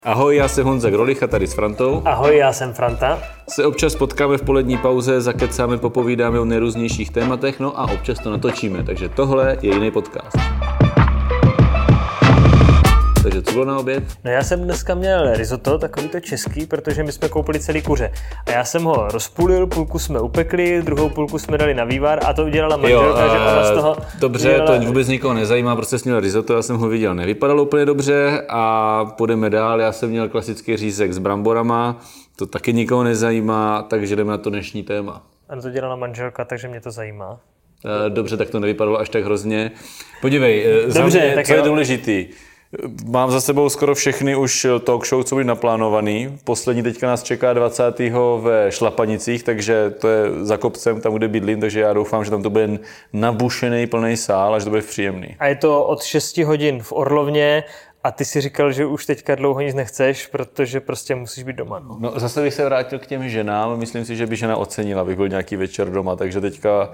Ahoj, já jsem Honza Grolich a tady s Frantou. Ahoj, já jsem Franta. Se občas potkáme v polední pauze, zakecáme, popovídáme o nejrůznějších tématech, no a občas to natočíme, takže tohle je jiný podcast. Takže co bylo na oběd? No já jsem dneska měl risotto, takový to český, protože my jsme koupili celý kuře. A já jsem ho rozpůlil, půlku jsme upekli, druhou půlku jsme dali na vývar a to udělala manželka, že ona z toho... Dobře, udělala... to vůbec nikoho nezajímá, prostě jsem měl risotto, já jsem ho viděl, nevypadalo úplně dobře a půjdeme dál. Já jsem měl klasický řízek s bramborama, to taky nikoho nezajímá, takže jdeme na to dnešní téma. Ano, to dělala manželka, takže mě to zajímá. Dobře, tak to nevypadalo až tak hrozně. Podívej, za dobře, mě, tak co je jo. důležitý. Mám za sebou skoro všechny už talk show, co byly naplánovaný. Poslední teďka nás čeká 20. ve Šlapanicích, takže to je za kopcem, tam, kde bydlím, takže já doufám, že tam to bude nabušený plný sál a že to bude příjemný. A je to od 6 hodin v Orlovně a ty si říkal, že už teďka dlouho nic nechceš, protože prostě musíš být doma. No zase bych se vrátil k těm ženám, myslím si, že by žena ocenila, abych byl nějaký večer doma, takže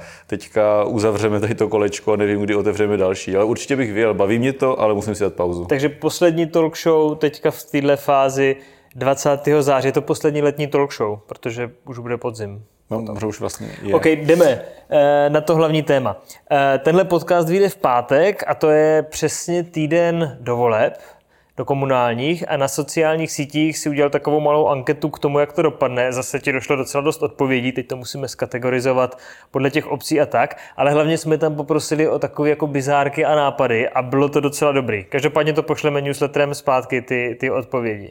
teďka uzavřeme tady to kolečko a nevím, kdy otevřeme další, ale určitě bych vyjel, baví mě to, ale musím si dát pauzu. Takže poslední talk show teďka v této fázi 20. září, je to poslední letní talk show, protože už bude podzim. No, už vlastně je. OK, jdeme na to hlavní téma. Tenhle podcast vyjde v pátek a to je přesně týden do voleb, do komunálních a na sociálních sítích si udělal takovou malou anketu k tomu, jak to dopadne. Zase ti došlo docela dost odpovědí, teď to musíme zkategorizovat podle těch obcí a tak, ale hlavně jsme tam poprosili o takové jako bizárky a nápady a bylo to docela dobrý. Každopádně to pošleme newsletterem zpátky, ty odpovědi.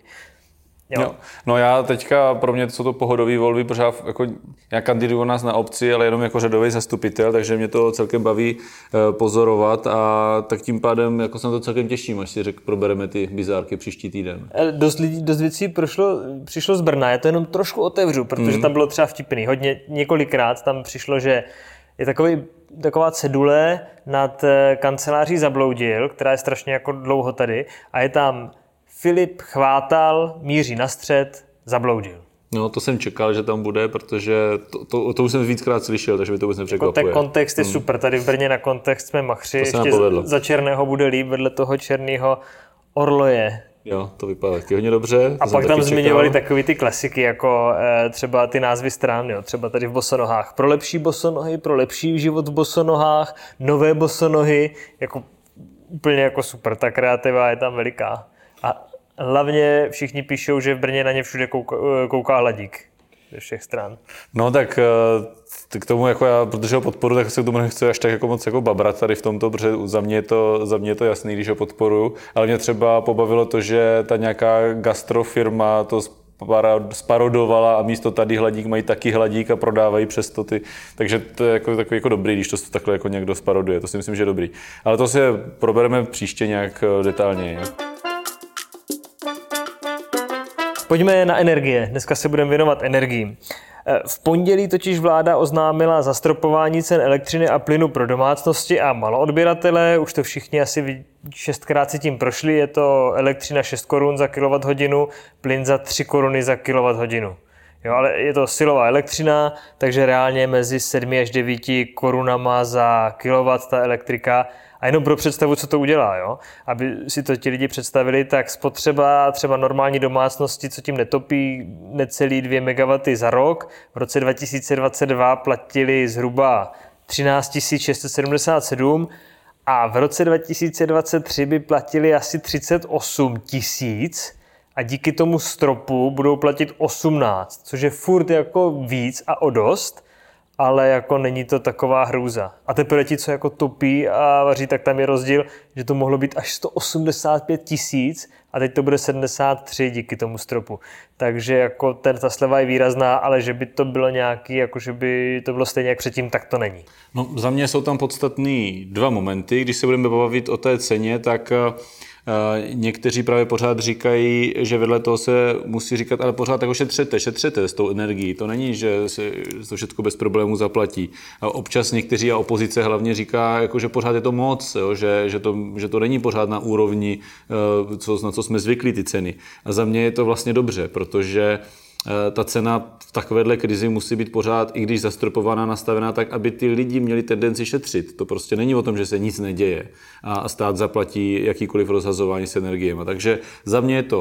Jo. No já teďka, pro mě jsou to pohodové volby, protože já kandiduju nás na obci, ale jenom jako řadový zastupitel, takže mě to celkem baví pozorovat a tak tím pádem jako se na to celkem těším, až si probereme ty bizárky příští týden. Dost věcí přišlo z Brna, já to jenom trošku otevřu, protože tam bylo třeba vtipný. Několikrát tam přišlo, že je taková cedule nad kanceláří Zabloudil, která je strašně jako dlouho tady a je tam Filip Chvátal, míří na střed, zabloudil. No, to jsem čekal, že tam bude, protože to už jsem víckrát slyšel, takže mi to vůbec nepřekvapuje. Ten kontext je super, tady v Brně na kontext jsme machři, ještě za černého bude líp, vedle toho černého orloje. Jo, to vypadá taky hodně dobře. A pak tam zmiňovali takový ty klasiky, jako třeba ty názvy stran, jo, třeba tady v Bosonohách. Pro lepší bosonohy, pro lepší život v Bosonohách, nové bosonohy, jako úplně jako super, ta kreativa je tam veliká. A hlavně všichni píšou, že v Brně na ně všude kouká hladík ze všech stran. No tak k tomu, jako já, protože ho podporu, tak se k tomu nechci až tak jako moc jako babrat tady v tomto, protože za mě je to jasný, když ho podporu, ale mě třeba pobavilo to, že ta nějaká gastrofirma to sparodovala a místo tady hladík mají taky hladík a prodávají přesto ty. Takže to je takový jako dobrý, když to takhle jako někdo sparoduje, to si myslím, že je dobrý. Ale to si probereme příště nějak detailněji. Pojďme na energie. Dneska se budeme věnovat energiím. V pondělí totiž vláda oznámila zastropování cen elektřiny a plynu pro domácnosti a maloodběratele. Už to všichni asi 6krát si tím prošli. Je to elektřina 6 korun za kWh, plyn za 3 koruny za kWh. Jo, ale je to silová elektřina, takže reálně mezi 7 až 9 korunama za kilowatt ta elektrika. A jenom pro představu, co to udělá, jo? Aby si to ti lidi představili, tak spotřeba třeba normální domácnosti, co tím netopí, necelý 2 MW za rok. V roce 2022 platili zhruba 13 677 a v roce 2023 by platili asi 38 000 a díky tomu stropu budou platit 18, což je furt jako víc a o dost, ale jako není to taková hrůza. A teprve ti, co jako topí a vaří, tak tam je rozdíl, že to mohlo být až 185 000 a teď to bude 73 díky tomu stropu. Takže jako ta sleva je výrazná, ale že by to bylo nějaký, jako že by to bylo stejně jak předtím, tak to není. No, za mě jsou tam podstatný 2 momenty. Když se budeme bavit o té ceně, tak někteří právě pořád říkají, že vedle toho se musí říkat, ale pořád jako šetřete s tou energií. To není, že se to všechno bez problémů zaplatí. A občas někteří a opozice hlavně říká, jako, že pořád je to moc, jo, že to není pořád na úrovni, na co jsme zvyklí ty ceny. A za mě je to vlastně dobře, protože ta cena v takovéhle krizi musí být pořád, i když zastropovaná, nastavená tak, aby ty lidi měli tendenci šetřit. To prostě není o tom, že se nic neděje a stát zaplatí jakýkoliv rozhazování s energiemi. Takže za mě je to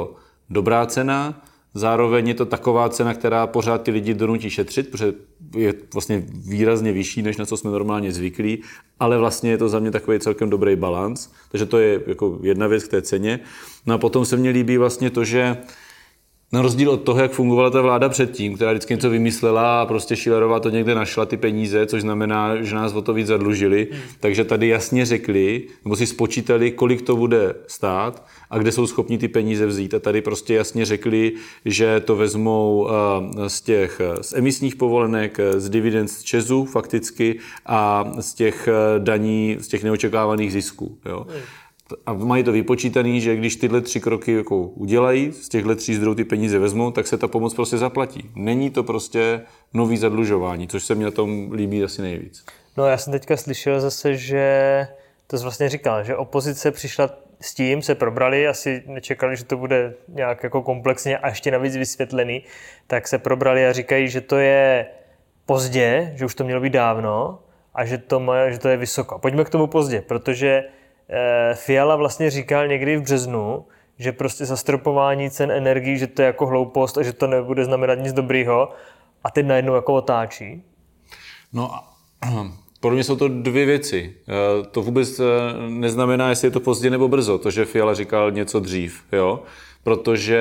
dobrá cena, zároveň je to taková cena, která pořád ty lidi donutí šetřit, protože je vlastně výrazně vyšší, než na co jsme normálně zvyklí, ale vlastně je to za mě takový celkem dobrý balans, takže to je jako jedna věc k té ceně. No a potom se mně líbí vlastně to, že na rozdíl od toho, jak fungovala ta vláda předtím, která vždycky něco vymyslela a prostě Schillerová to někde našla ty peníze, což znamená, že nás o to víc zadlužili, takže tady jasně řekli, nebo si spočítali, kolik to bude stát a kde jsou schopni ty peníze vzít. A tady prostě jasně řekli, že to vezmou z emisních povolenek, z dividend z ČEZu fakticky a z těch daní, z těch neočekávaných zisků. Jo. A mají to vypočítaný, že když tyhle 3 kroky jako udělají, z těchto 3 zdrojů ty peníze vezmou, tak se ta pomoc prostě zaplatí. Není to prostě nový zadlužování, což se mi na tom líbí asi nejvíc. No já jsem teďka slyšel zase, že to jsi vlastně říkal, že opozice přišla s tím, se probrali, asi nečekali, že to bude nějak jako komplexně a ještě navíc vysvětlený, tak se probrali a říkají, že to je pozdě, že už to mělo být dávno a že to je vysoko. Pojďme k tomu pozdě, protože Fiala vlastně říkal někdy v březnu, že prostě zastropování cen energií, že to je jako hloupost a že to nebude znamenat nic dobrýho a teď najednou jako otáčí. No podle mě jsou to 2 věci. To vůbec neznamená, jestli je to pozdě nebo brzo, to, že Fiala říkal něco dřív, jo? Protože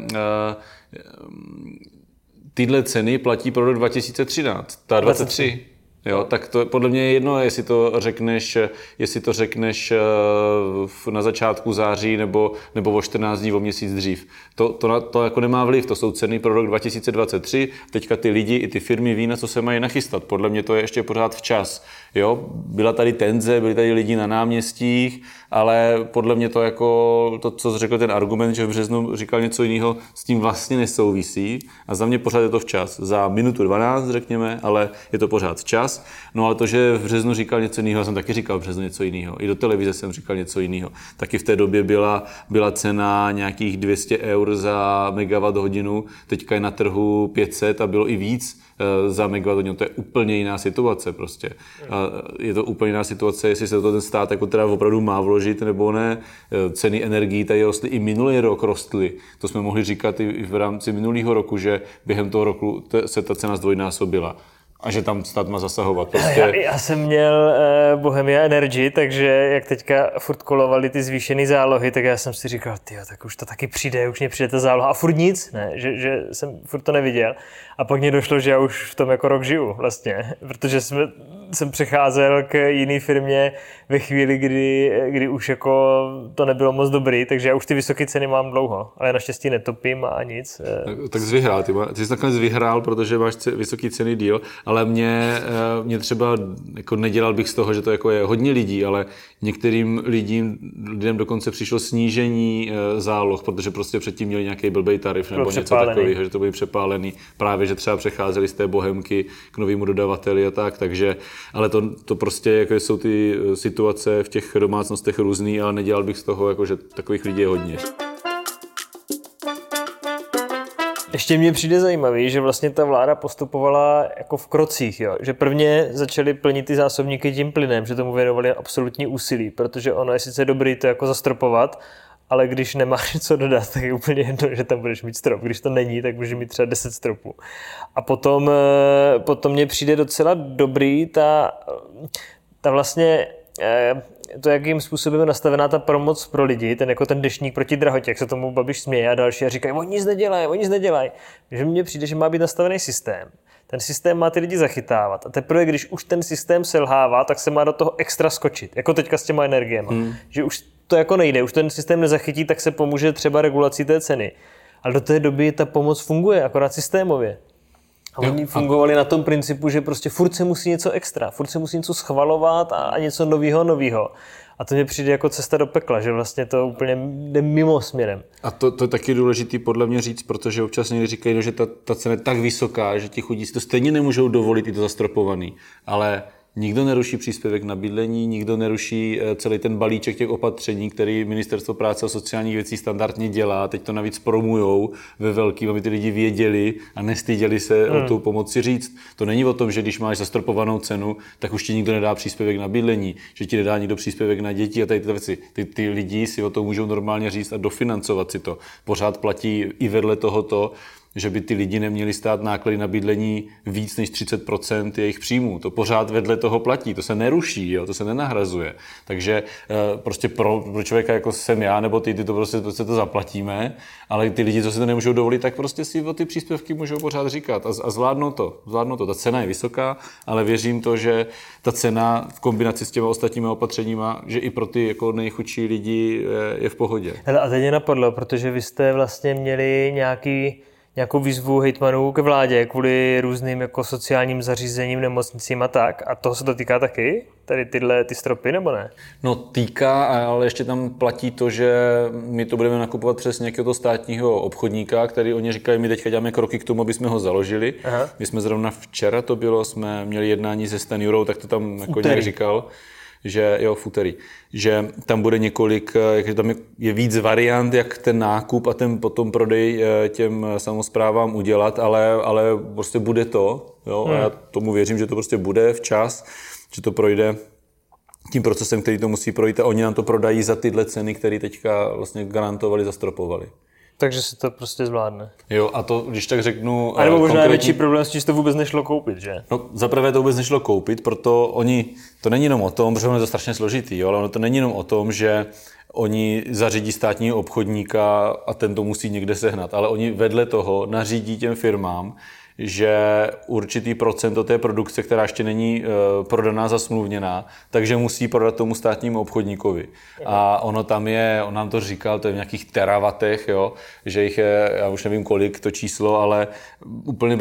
tyhle ceny platí pro rok 2013, ta 23. Jo, tak to podle mě je jedno, jestli to řekneš na začátku září nebo o 14 dní, o měsíc dřív. To jako nemá vliv, to jsou ceny pro rok 2023, teďka ty lidi i ty firmy ví, na co se mají nachystat. Podle mě to je ještě pořád včas. Jo, byla tady tenze, byli tady lidi na náměstích, ale podle mě to jako to, co řekl ten argument, že v březnu říkal něco jiného, s tím vlastně nesouvisí a za mě pořád je to včas. Za minutu 12 řekněme, ale je to pořád včas. No ale to, že v březnu říkal něco jiného, já jsem taky říkal v březnu něco jiného. I do televize jsem říkal něco jiného. Taky v té době byla cena nějakých 200 eur za megawatt hodinu, teďka je na trhu 500 a bylo i víc za megawatt hodinu. To je úplně jiná situace prostě. A je to úplně jiná situace, jestli se to ten stát jako teda opravdu má vložit nebo ne. Ceny energií tady rostly, i minulý rok rostly. To jsme mohli říkat i v rámci minulého roku, že během toho roku se ta cena zdvojnásobila. A že tam stát má zasahovat. Prostě. Já jsem měl Bohemia Energy, takže jak teďka furt kolovaly ty zvýšené zálohy, tak já jsem si říkal, tyjo, tak už to taky přijde, už mě přijde ta záloha. A furt nic, ne, že jsem furt to neviděl. A pak mě došlo, že já už v tom jako rok žiju vlastně, protože jsem přecházel k jiné firmě ve chvíli, kdy už jako to nebylo moc dobrý, takže já už ty vysoké ceny mám dlouho, ale naštěstí netopím a nic. Tak jsi vyhrál, ty jsi nakonec vyhrál, protože máš vysoký ceny díl, ale mě třeba jako nedělal bych z toho, že to jako je hodně lidí, ale některým lidem dokonce přišlo snížení záloh, protože prostě předtím měli nějaký blbej tarif nebo něco takového, že to byli přepálený, právě že třeba přecházeli z té Bohemky k novému dodavateli a tak, takže ale to prostě jako jsou ty situace v těch domácnostech různý, ale nedělal bych z toho, jako, že takových lidí je hodně. Ještě mně přijde zajímavý, že vlastně ta vláda postupovala jako v krocích, jo? Že prvně začali plnit ty zásobníky tím plynem, že tomu věnovali absolutní úsilí, protože ono je sice dobrý to jako zastropovat, ale když nemáš co dodat, tak je úplně jedno, že tam budeš mít strop. Když to není, tak můžeš mít třeba 10 stropů. A potom mně přijde docela dobrý ta vlastně to, jakým způsobem je nastavená ta pomoc pro lidi, ten deštník proti drahotě, jak se tomu Babiš směje a další a říkají, oni nic nedělají. Že mně přijde, že má být nastavený systém. Ten systém má ty lidi zachytávat. A teprve, když už ten systém selhává, tak se má do toho extra skočit. Jako teďka s těma energiemi. Že už to jako nejde, už ten systém nezachytí, tak se pomůže třeba regulací té ceny. Ale do té doby ta pomoc funguje, akorát systémově. A oni fungovali na tom principu, že prostě furt se musí něco extra, furt se musí něco schvalovat a něco novýho. A to mě přijde jako cesta do pekla, že vlastně to úplně jde mimo směrem. A to je taky důležitý podle mě říct, protože občas někdy říkají, že ta cena je tak vysoká, že ti chudí si to stejně nemůžou dovolit i to zastropovaný. Ale nikdo neruší příspěvek na bydlení, nikdo neruší celý ten balíček těch opatření, který Ministerstvo práce a sociálních věcí standardně dělá. Teď to navíc promujou ve velkým, aby ty lidi věděli a nestyděli se o tu pomoci říct. To není o tom, že když máš zastropovanou cenu, tak už ti nikdo nedá příspěvek na bydlení, že ti nedá nikdo příspěvek na děti a tady ty věci. Ty lidi si o tom můžou normálně říct a dofinancovat si to. Pořád platí i vedle tohoto, že by ty lidi neměli stát náklady na bydlení víc než 30% jejich příjmů. To pořád vedle toho platí, to se neruší, jo? To se nenahrazuje. Takže prostě pro člověka jako jsem já, nebo ty to prostě to zaplatíme, ale ty lidi, co si to nemůžou dovolit, tak prostě si o ty příspěvky můžou pořád říkat a zvládnou to. Ta cena je vysoká, ale věřím to, že ta cena v kombinaci s těmi ostatními opatřeníma, že i pro ty jako nejchudší lidi je v pohodě. Hele, a teď mě napadlo, protože vy jste vlastně měli nějakou výzvu hejtmanů ke vládě kvůli různým jako sociálním zařízením, nemocnicím a tak. A toho se to týká taky? Tady ty stropy, nebo ne? No týká, ale ještě tam platí to, že my to budeme nakupovat přes nějakého toho státního obchodníka, který oni říkají, my teďka děláme kroky k tomu, aby jsme ho založili. Aha. My jsme zrovna včera to bylo, jsme měli jednání se Stanjurou, tak to tam jako nějak říkal. Že jo, v úterý, že tam bude několik, že tam je víc variant, jak ten nákup a ten potom prodej těm samosprávám udělat, ale prostě bude to, jo, a já tomu věřím, že to prostě bude včas, že to projde tím procesem, který to musí projít a oni nám to prodají za tyhle ceny, které teďka vlastně garantovali, zastropovali. Takže se to prostě zvládne. Jo, a to, když tak řeknu... A nebo možná větší problém, s tím to vůbec nešlo koupit, že? No, zaprvé to vůbec nešlo koupit, proto to není jenom o tom, protože ono je to strašně složitý, jo, ale ono to není jenom o tom, že oni zařídí státního obchodníka a ten to musí někde sehnat, ale oni vedle toho nařídí těm firmám, že určitý procento té produkce, která ještě není prodaná, zasmluvněná, takže musí prodat tomu státnímu obchodníkovi. A ono tam je, on nám to říkal, to je v nějakých teravatech, jo, že jich je, já už nevím kolik to číslo, ale úplně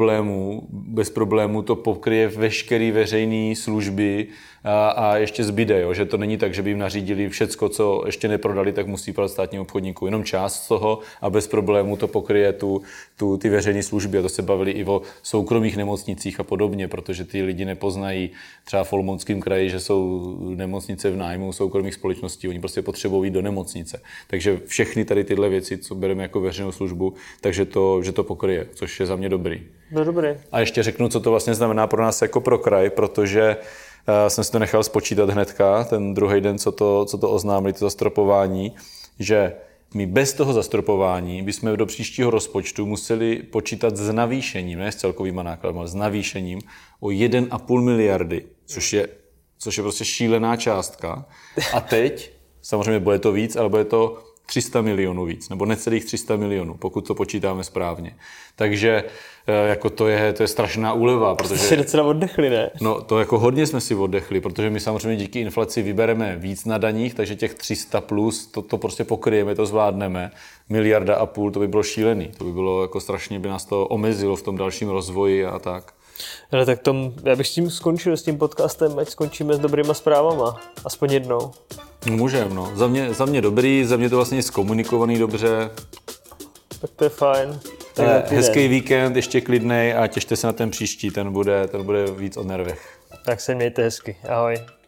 bez problémů to pokryje veškeré veřejné služby a ještě zbyde, jo, že to není tak, že by jim nařídili všecko, co ještě neprodali, tak musí prodat státnímu obchodníku. Jenom část z toho a bez problémů to pokryje ty veřejné služby. A to se bavili i o soukromých nemocnicích a podobně, protože ty lidi nepoznají třeba v Olomouckém kraji, že jsou nemocnice v nájmu soukromých společností, oni prostě potřebují jít do nemocnice. Takže všechny tady tyhle věci, co bereme jako veřejnou službu, takže že to pokryje, což je za mě dobrý. No dobrý. A ještě řeknu, co to vlastně znamená pro nás jako pro kraj, protože jsem si to nechal spočítat hnedka, ten druhý den, co to oznámili, to zastropování, že my bez toho zastropování bychom do příštího rozpočtu museli počítat s navýšením, ne s celkovýma náklady, ale s navýšením o 1,5 miliardy, což je prostě šílená částka. A teď, samozřejmě bude to víc, ale bude to 300 milionů víc, nebo necelých 300 milionů, pokud to počítáme správně. Takže jako to je strašná úleva, protože... Jste si docela oddechli, ne? No to jako hodně jsme si oddechli, protože my samozřejmě díky inflaci vybereme víc na daních, takže těch 300 plus, to prostě pokryjeme, to zvládneme. 1,5 miliardy, to by bylo šílený. To by bylo jako strašně, by nás to omezilo v tom dalším rozvoji a tak. Ale tak já bych s tím skončil, s tím podcastem, ať skončíme s dobrýma zprávama. Aspoň jednou. No můžeme, no. Za mě dobrý, za mě to vlastně je zkomunikovaný dobře. Tak to je fajn. Hezký víkend, ještě klidnej a těšte se na ten příští, ten bude víc o nervech. Tak se mějte hezky. Ahoj.